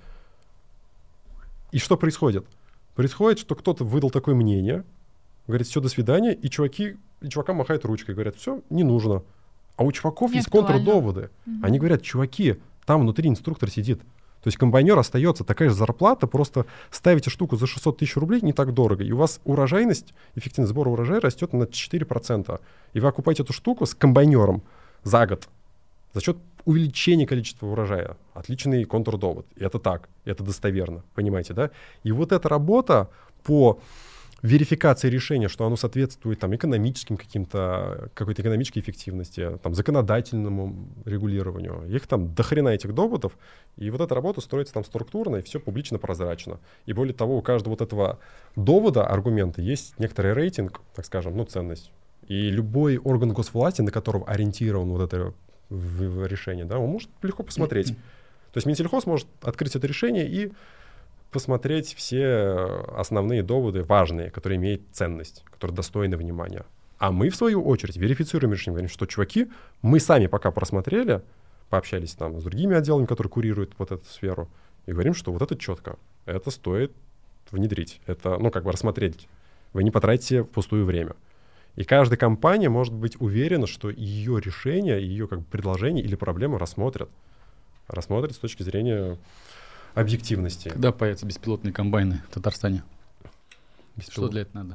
И что происходит? Происходит, что кто-то выдал такое мнение, говорит, все, до свидания, и чуваки, и чувакам махают ручкой, говорят, все, не нужно. А у чуваков Не есть актуально. контрдоводы. Мгм. Они говорят, чуваки, там внутри инструктор сидит. То есть комбайнер остается, такая же зарплата, просто ставите штуку за шестьсот тысяч рублей, не так дорого, и у вас урожайность, эффективность сбора урожая растет на четыре процента. И вы окупаете эту штуку с комбайнером за год за счет увеличения количества урожая. Отличный контрдовод. И это так, и это достоверно, понимаете, да? И вот эта работа по верификации решения, что оно соответствует там, экономическим каким-то, какой-то экономической эффективности, там, законодательному регулированию. Их там до хрена этих доводов. И вот эта работа строится там структурно, и все публично, прозрачно. И более того, у каждого вот этого довода, аргумента, есть некоторый рейтинг, так скажем, ну, ценность. И любой орган госвласти, на которого ориентирован вот это в- в решение, да, он может легко посмотреть. То есть Минсельхоз может открыть это решение и посмотреть все основные доводы, важные, которые имеют ценность, которые достойны внимания. А мы, в свою очередь, верифицируем решение, говорим, что, чуваки, мы сами пока просмотрели, пообщались там с другими отделами, которые курируют вот эту сферу, и говорим, что вот это четко, это стоит внедрить, это, ну, как бы рассмотреть. Вы не потратите впустую время. И каждая компания может быть уверена, что ее решение, ее как бы предложение или проблему рассмотрят. Рассмотрят с точки зрения объективности. Когда появятся беспилотные комбайны в Татарстане? Что Беспилот- для этого надо?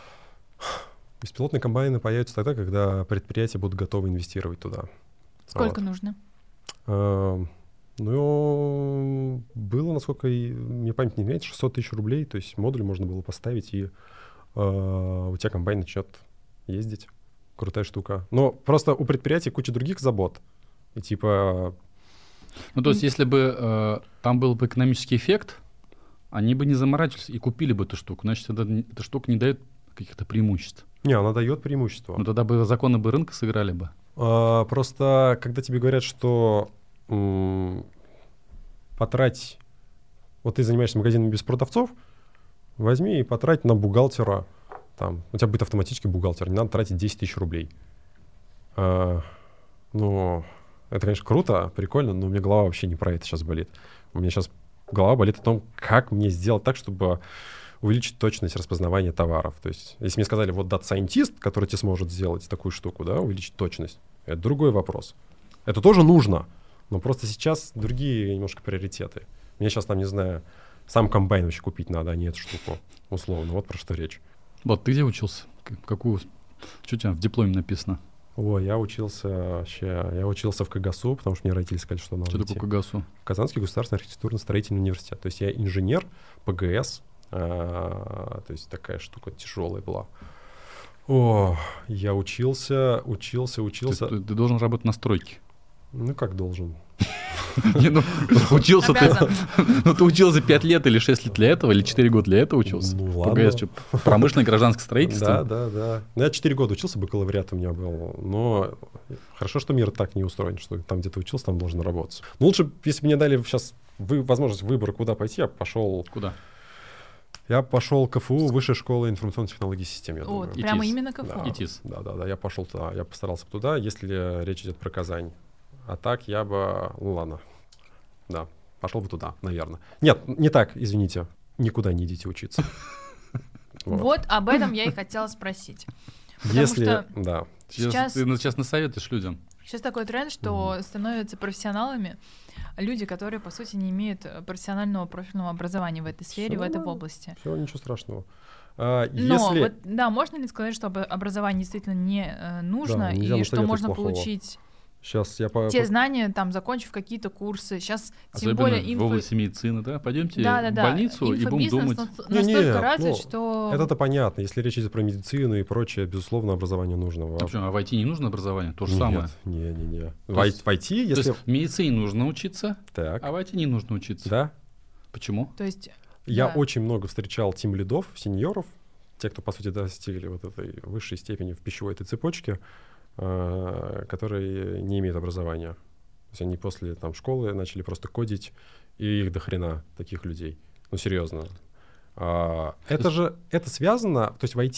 Беспилотные комбайны появятся тогда, когда предприятия будут готовы инвестировать туда. Сколько Вот. нужно? А, ну, было, насколько и- мне память не изменяет, шестьсот тысяч рублей, то есть модуль можно было поставить, и а, у тебя комбайн начнет ездить. Крутая штука. Но просто у предприятий куча других забот. И типа, Ну, то есть, если бы э, там был бы экономический эффект, они бы не заморачивались и купили бы эту штуку. Значит, эта, эта штука не дает каких-то преимуществ. не, она дает преимущество. Ну, тогда бы законы бы рынка сыграли бы. А, просто, когда тебе говорят, что м, потрать, вот ты занимаешься магазином без продавцов, возьми и потрать на бухгалтера, там, у тебя будет автоматически бухгалтер, не надо тратить десять тысяч рублей. А, ну, это, конечно, круто, прикольно, но у меня голова вообще не про это сейчас болит. У меня сейчас голова болит о том, как мне сделать так, чтобы увеличить точность распознавания товаров. То есть, если мне сказали, вот дата-сайентист, который тебе сможет сделать такую штуку, да, увеличить точность, это другой вопрос. Это тоже нужно, но просто сейчас другие немножко приоритеты. Мне сейчас, там, не знаю, сам комбайн вообще купить надо, а не эту штуку, условно. Вот про что речь. Вот ты где учился? К- Какую? Что у тебя в дипломе написано? О, я учился вообще, я учился в КГСУ, потому что мне родители сказали, что надо Что идти. такое КГСУ? Казанский государственный архитектурно-строительный университет. То есть я инженер, ПГС, а, то есть такая штука тяжелая была. О, я учился, учился, То есть учился. ты, ты должен работать на стройке. Ну, как должен. Не, ну, учился ты. Обязан. Ну, ты учился пять лет или шесть лет для этого, или четыре года для этого учился? Ну, ПГС, ладно. что, промышленное гражданское строительство? Да, да, да. Ну, я четыре года учился, бакалавриат у меня был. Но хорошо, что мир так не устроен, что там, где ты учился, там должен работать. Ну, лучше, если бы мне дали сейчас вы, возможность выбора, куда пойти, я пошел. Куда? Я пошел в КФУ, Высшая школа информационных технологий и систем, я Вот, думаю. И прямо ТИС. именно КФУ. Да. ИТИС. Да, да, да, я пошел туда, я постарался бы туда, если речь идет про Казань. А так я бы, ну ладно, да, пошел бы туда, наверное. Нет, не так, извините, никуда не идите учиться. Вот. Вот об этом я и хотела спросить. Потому Если, что да, Сейчас, Сейчас- ты ну, сейчас насоветуешь людям. сейчас такой тренд, что становятся профессионалами люди, которые, по сути, не имеют э, профессионального профильного образования в этой сфере, Всё в этой нормально. области. все, ничего страшного. А, Но если, вот, да, можно ли сказать, что об- образование действительно не э, нужно, Да, нельзя и что насоветовать можно плохого. получить сейчас я по, те по- знания, там, закончив какие-то курсы, сейчас тем Особенно более в инфо... области медицины, да? Пойдемте Да, да, да. в больницу и будем Инфобизнес думать. нас- Не, настолько нет, развит, ну, что... это-то понятно, если речь идет про медицину и прочее, безусловно, образование нужно. А, почему, а в ай ти не нужно образование? То же Нет, самое. Не, не, не. В, То ай- есть- в ай ти, То если... есть в медицине нужно учиться, Так, а в ай ти не нужно учиться. да. Почему? То есть, Я да. очень много встречал тим-лидов, сеньоров, те, кто, по сути, достигли вот этой высшей степени в пищевой этой цепочке, э, которые не имеют образования. То есть они после там, школы начали просто кодить, и их до хрена таких людей. Ну, серьезно. А, это же, это связано, то есть в ай ти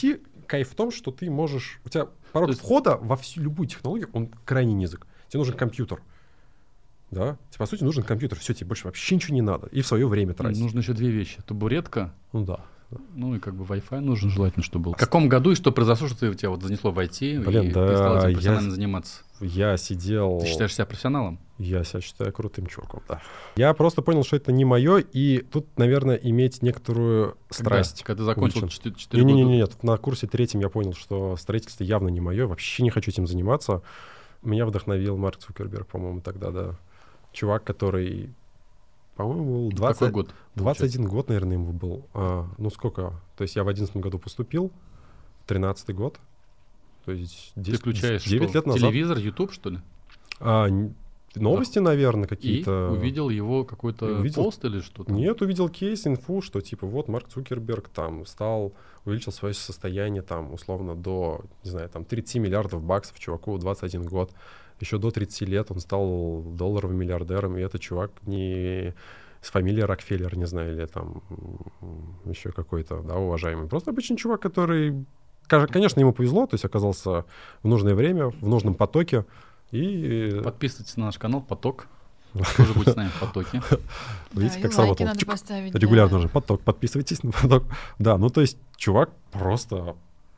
кайф в том, что ты можешь... У тебя порог есть... входа во всю любую технологию, он крайне низок. Тебе нужен компьютер. Да? Тебе, по сути, нужен компьютер. Все, тебе больше вообще ничего не надо. И в свое время тратить. Нужно еще две вещи. Табуретка. Ну да. Ну и как бы Wi-Fi нужен желательно, чтобы был. В каком году и что произошло, что ты, тебя вот занесло в ай ти, Блин, и да, ты стал этим я, профессионально заниматься? Я сидел... Ты считаешь себя профессионалом? Я себя считаю крутым чуваком, да. Я просто понял, что это не мое, и тут, наверное, иметь некоторую страсть. Когда, когда ты закончил четыре года? Не-не-не, на курсе третьем я понял, что строительство явно не мое, вообще не хочу этим заниматься. Меня вдохновил Марк Цукерберг, по-моему, тогда, да. Чувак, который... По-моему, был двадцать... Какой год? двадцать один год, наверное, ему был. А, ну, сколько? То есть я в одиннадцатом году поступил, тринадцатый год. То есть десять, Ты включаешь девять что? лет назад. Телевизор, YouTube, что ли? А, новости, да. наверное, какие-то. И увидел его какой-то увидел... пост или что-то? Нет, увидел кейс, инфу, что типа вот Марк Цукерберг там стал, увеличил свое состояние там условно до, не знаю, там тридцать миллиардов баксов, чуваку двадцать один год. Еще до тридцати лет он стал долларовым миллиардером, и этот чувак не с фамилией Рокфеллер, не знаю, или там еще какой-то, да, уважаемый. Просто обычный чувак, который, конечно, ему повезло, то есть оказался в нужное время, в нужном потоке. И... Подписывайтесь на наш канал «Поток». Тоже будет с нами в потоке. Видите, как сработало? Регулярно же поток. Подписывайтесь на поток. Да, ну то есть чувак просто...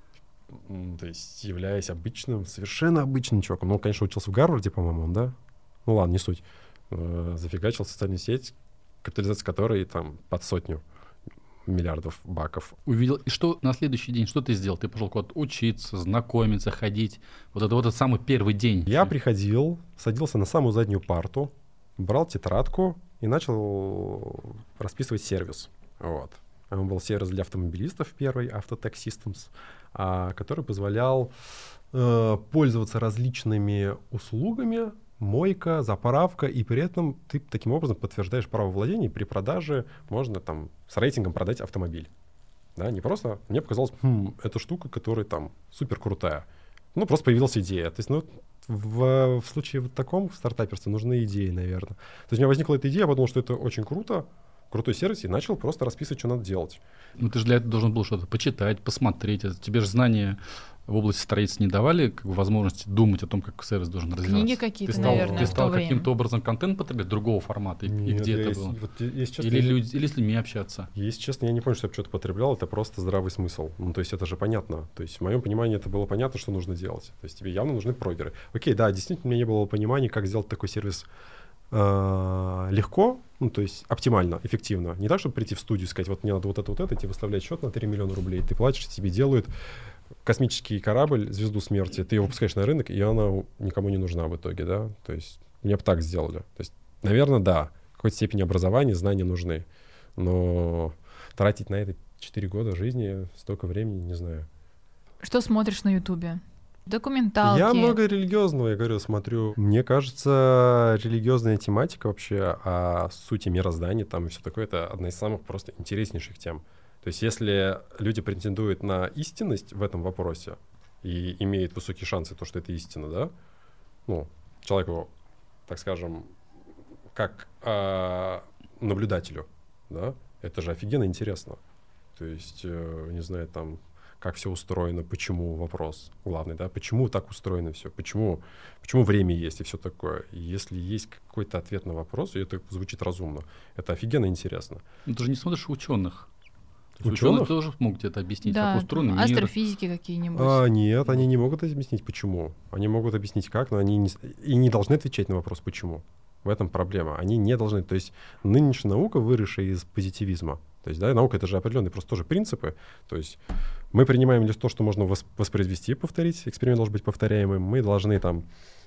То есть, являясь обычным, совершенно обычным чуваком. Ну, он, конечно, учился в Гарварде, по-моему, он, да? Ну, ладно, не суть. Э, зафигачил социальную сеть, капитализация которой там под сотню миллиардов баков. Увидел. И что на следующий день? Что ты сделал? Ты пошел куда-то учиться, знакомиться, ходить. Вот это вот этот самый первый день. Я приходил, садился на самую заднюю парту, брал тетрадку и начал расписывать сервис. Вот. Он был сервис для автомобилистов первый, Autotech Systems, а, который позволял э, пользоваться различными услугами, мойка, заправка, и при этом ты таким образом подтверждаешь право владения, и при продаже можно там с рейтингом продать автомобиль. Да, не просто, мне показалось, хм, это штука, которая там супер крутая. Ну, просто появилась идея. То есть, ну, в, в случае вот таком в стартаперстве нужны идеи, наверное. То есть у меня возникла эта идея, я подумал, что это очень круто, крутой сервис, и начал просто расписывать, что надо делать. Ну, ты же для этого должен был что-то почитать, посмотреть. Это тебе же знания в области строительства не давали как бы, возможности думать о том, как сервис должен развиваться. Книги какие-то, ты стал, наверное, Ты стал в то каким-то время. образом контент потреблять другого формата? И, Нет, и где это если, было? Вот, если честно, или, я, люди, или с людьми общаться? Если честно, я не помню, что я что-то потреблял, это просто здравый смысл. Ну, то есть это же понятно. То есть в моем понимании это было понятно, что нужно делать. То есть тебе явно нужны прогеры. Окей, да, действительно, у меня не было понимания, как сделать такой сервис э, легко, ну, то есть оптимально, эффективно. Не так, чтобы прийти в студию и сказать, вот мне надо вот это, вот это, тебе выставлять счет на три миллиона рублей, ты платишь, тебе делают космический корабль, звезду смерти, ты его пускаешь на рынок, и она никому не нужна в итоге, да, то есть мне бы так сделали. То есть, наверное, да, в какой-то степени образования, знания нужны, но тратить на это четыре года жизни, столько времени, не знаю. Что смотришь на Ютубе? Документалки? Я много религиозного, я говорю, смотрю. Мне кажется, религиозная тематика вообще о сути мироздания там и все такое, это одна из самых просто интереснейших тем. То есть если люди претендуют на истинность в этом вопросе и имеют высокие шансы, то, что это истина, да, ну, человеку, так скажем, как э, наблюдателю, да, это же офигенно интересно. То есть, э, не знаю, там, как все устроено, почему вопрос главный, да, почему так устроено все, почему, почему время есть и все такое. И если есть какой-то ответ на вопрос, и это звучит разумно, это офигенно интересно. Ну, ты же не смотришь ученых. Ученых? Ученые тоже могут где-то объяснить, да, как устроен мир. Астрофизики какие-нибудь. А, нет, они не могут объяснить, почему. Они могут объяснить, как, но они не, и не должны отвечать на вопрос, почему. В этом проблема. Они не должны. То есть нынешняя наука, выросшая из позитивизма, то есть, да, наука — это же определенные просто тоже принципы. То есть мы принимаем лишь то, что можно воспроизвести, повторить. Эксперимент должен быть повторяемым. Мы должны там...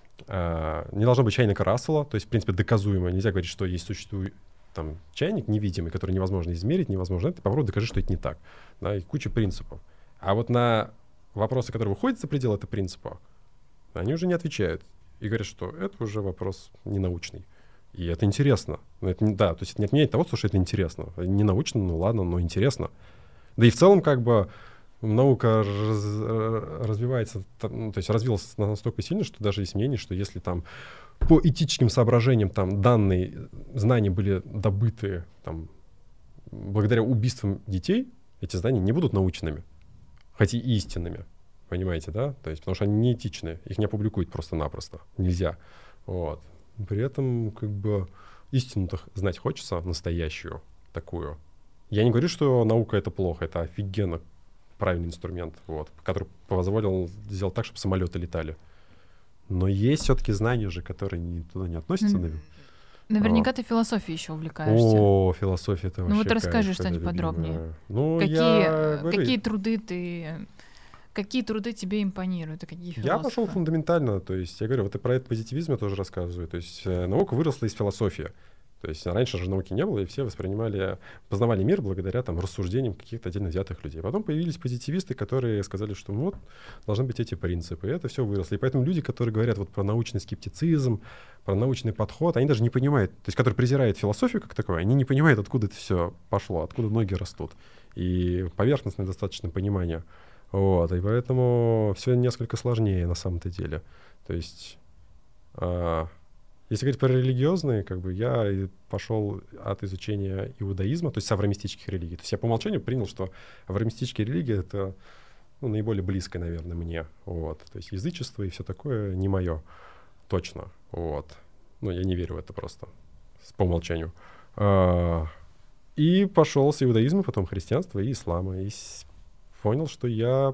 Э, не должно быть чайника Рассела. То есть, в принципе, доказуемо. Нельзя говорить, что есть существует там чайник невидимый, который невозможно измерить, невозможно это. Попробуй докажи, что это не так. Да, и куча принципов. А вот на вопросы, которые выходят за пределы этого принципа, они уже не отвечают. И говорят, что это уже вопрос ненаучный. И это интересно. Но это, да, то есть это не отменяет того, что это интересно. Не научно, ну ладно, но интересно. Да и в целом как бы наука раз, развивается, ну, то есть развилась настолько сильно, что даже есть мнение, что если там по этическим соображениям там данные знания были добыты там, благодаря убийствам детей, эти знания не будут научными. хотя и истинными. Понимаете, да? То есть, потому что они неэтичны, их не опубликуют просто-напросто. Нельзя. Вот. При этом, как бы, истину-то знать хочется, настоящую, такую. Я не говорю, что наука — это плохо, это офигенно правильный инструмент, вот, который позволил сделать так, чтобы самолеты летали. Но есть все-таки знания же, которые не, туда не относятся. Mm. Наверняка вот. Ты философией еще увлекаешься. О, философия — это вообще... Ну вот расскажи кайф, что-нибудь подробнее. Ну, какие, я какие труды ты... Какие труды тебе импонируют, а какие философы? Я пошел фундаментально, то есть я говорю, вот и про этот позитивизм я тоже рассказываю. То есть э, наука выросла из философии. То есть раньше же науки не было, и все воспринимали, познавали мир благодаря там рассуждениям каких-то отдельно взятых людей. Потом появились позитивисты, которые сказали, что ну, вот должны быть эти принципы, и это все выросло. И поэтому люди, которые говорят вот про научный скептицизм, про научный подход, они даже не понимают, то есть которые презирают философию как таковую, они не понимают, откуда это все пошло, откуда ноги растут. И поверхностное достаточно понимание. Вот, и поэтому все несколько сложнее на самом-то деле. То есть, э, если говорить про религиозные, как бы я пошел от изучения иудаизма, то есть авраамистических религий. То есть я по умолчанию принял, что авраамистические религии — это ну, наиболее близкое, наверное, мне. Вот. То есть язычество и все такое не мое. Точно. Вот. Ну, я не верю в это просто по умолчанию. Э, и пошел с иудаизма, потом христианства и ислама. И понял, что я,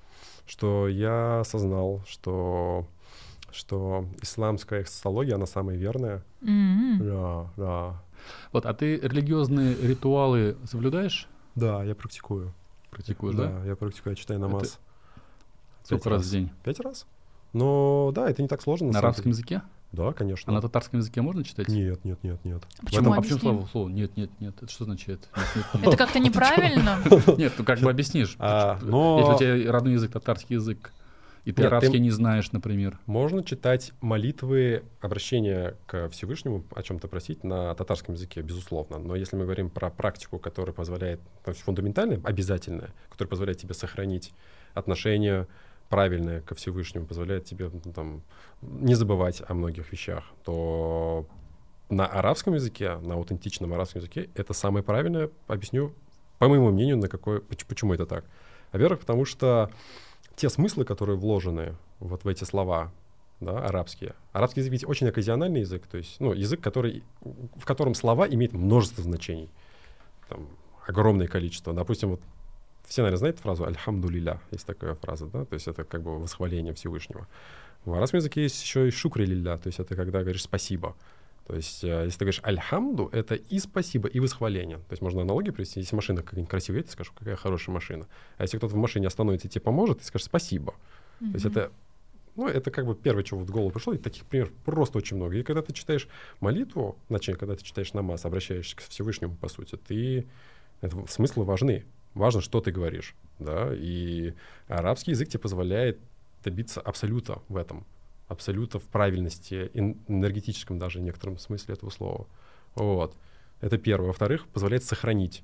что я осознал, что, что исламская социология, она самая верная. Mm-hmm. Да, да. Вот, а ты религиозные ритуалы соблюдаешь? Да, я практикую. Практикуешь, да? Да, я практикую, я читаю намаз. Это... Сколько раз в день? Пять раз. Но да, это не так сложно. На, на арабском языке? Да, конечно. А на татарском языке можно читать? Нет, нет, нет, нет. Почему? А почему слово, слово? Нет, нет, нет. Это что означает? Нет, нет, нет. Это как-то неправильно? Нет, ну как бы объяснишь. А, Если но... у тебя родной язык, татарский язык, и ты Нет, арабский ты... не знаешь, например. Можно читать молитвы, обращения к Всевышнему, о чем-то просить на татарском языке, безусловно. Но если мы говорим про практику, которая позволяет, то есть фундаментальная, обязательная, которая позволяет тебе сохранить отношения правильное ко Всевышнему, позволяет тебе ну, там, не забывать о многих вещах, то на арабском языке, на аутентичном арабском языке это самое правильное. Объясню, по моему мнению, на какой, почему это так. Во-первых, потому что те смыслы, которые вложены вот в эти слова, да, арабские. Арабский язык ведь очень оказиональный язык, то есть ну, язык, который, в котором слова имеют множество значений. Там, огромное количество. Допустим, вот все, наверное, знают фразу «Альхамду-лилля». Есть такая фраза, да? То есть это как бы восхваление Всевышнего. В арабском языке есть еще и «шукри-лилля», то есть это когда говоришь «спасибо». То есть если ты говоришь «альхамду», это и спасибо, и восхваление. То есть можно аналогию привести. Если машина какая-нибудь красивая, ты скажешь, какая хорошая машина. А если кто-то в машине остановится и тебе поможет, ты скажешь «спасибо». Mm-hmm. То есть это, ну, это как бы первое, что вот в голову пришло, и таких примеров просто очень много. И когда ты читаешь молитву, значит, когда ты читаешь намаз, обращаешься к Всевышнему, по сути, ты... Это смыслы важны. Важно, что ты говоришь, да, и арабский язык тебе позволяет добиться абсолюта в этом, абсолюта в правильности, энергетическом даже в некотором смысле этого слова. Вот. Это первое. Во-вторых, позволяет сохранить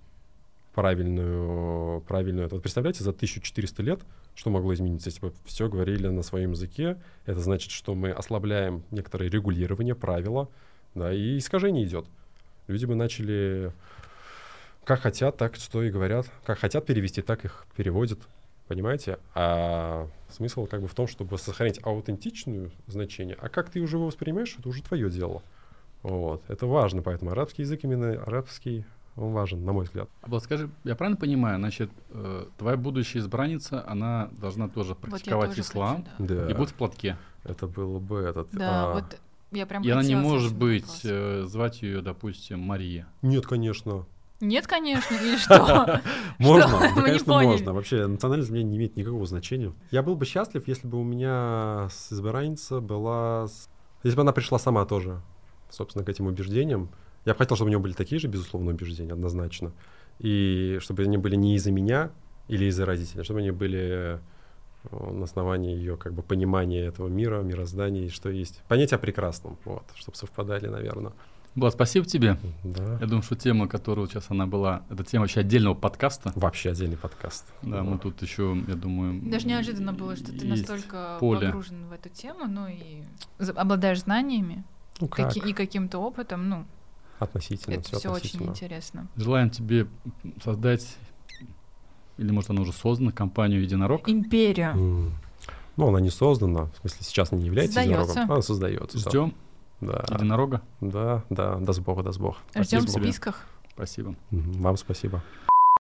правильную, правильную. Вот представляете, за тысячу четыреста лет что могло измениться? Если бы все говорили на своем языке, это значит, что мы ослабляем некоторые регулирования, правила, да, и искажение идет. Люди бы начали... Как хотят, так что и говорят. Как хотят перевести, так их переводят. Понимаете? А смысл как бы в том, чтобы сохранить аутентичное значение. А как ты уже его воспринимаешь, это уже твое дело. Вот. Это важно. Поэтому арабский язык, именно арабский, он важен, на мой взгляд. А вот скажи, я правильно понимаю, значит, э, твоя будущая избранница, она должна тоже практиковать вот тоже ислам хочу, да. Да. и будет в платке. Это было бы этот... Да, а... вот я прям И она не может быть, вопрос. э, звать ее, допустим, Мария. Нет, конечно. Нет, конечно, или что? Можно, Что? да, Мы не конечно, поняли. можно. Вообще, национальность для меня не имеет никакого значения. Я был бы счастлив, если бы у меня избранница была... с- Если бы она пришла сама тоже, собственно, к этим убеждениям. Я бы хотел, чтобы у нее были такие же, безусловно, убеждения, однозначно. И чтобы они были не из-за меня или из-за родителей, а чтобы они были э, на основании ее как бы понимания этого мира, мироздания, и что есть. Понятия о прекрасном, вот, чтобы совпадали, наверное. Влад, спасибо тебе. Да. Я думаю, что тема, которая вот сейчас она была, это тема вообще отдельного подкаста. Вообще отдельный подкаст. Да, мы тут еще, я думаю... Даже неожиданно было, что ты есть настолько поле. погружен в эту тему, ну и за- обладаешь знаниями Ну как? каки- и каким-то опытом, ну, Относительно, это все все очень относительно. интересно. Желаем тебе создать Или, может, она уже создана, компанию «Единорог»? Империю. М. Ну, она не создана, в смысле, сейчас не является Создается. единорогом, она создается. да. Ждем Да, единорога. да, да, даст Бог, даст Бог. Ждем в Спасибо. списках. Спасибо. Мгм. Вам спасибо.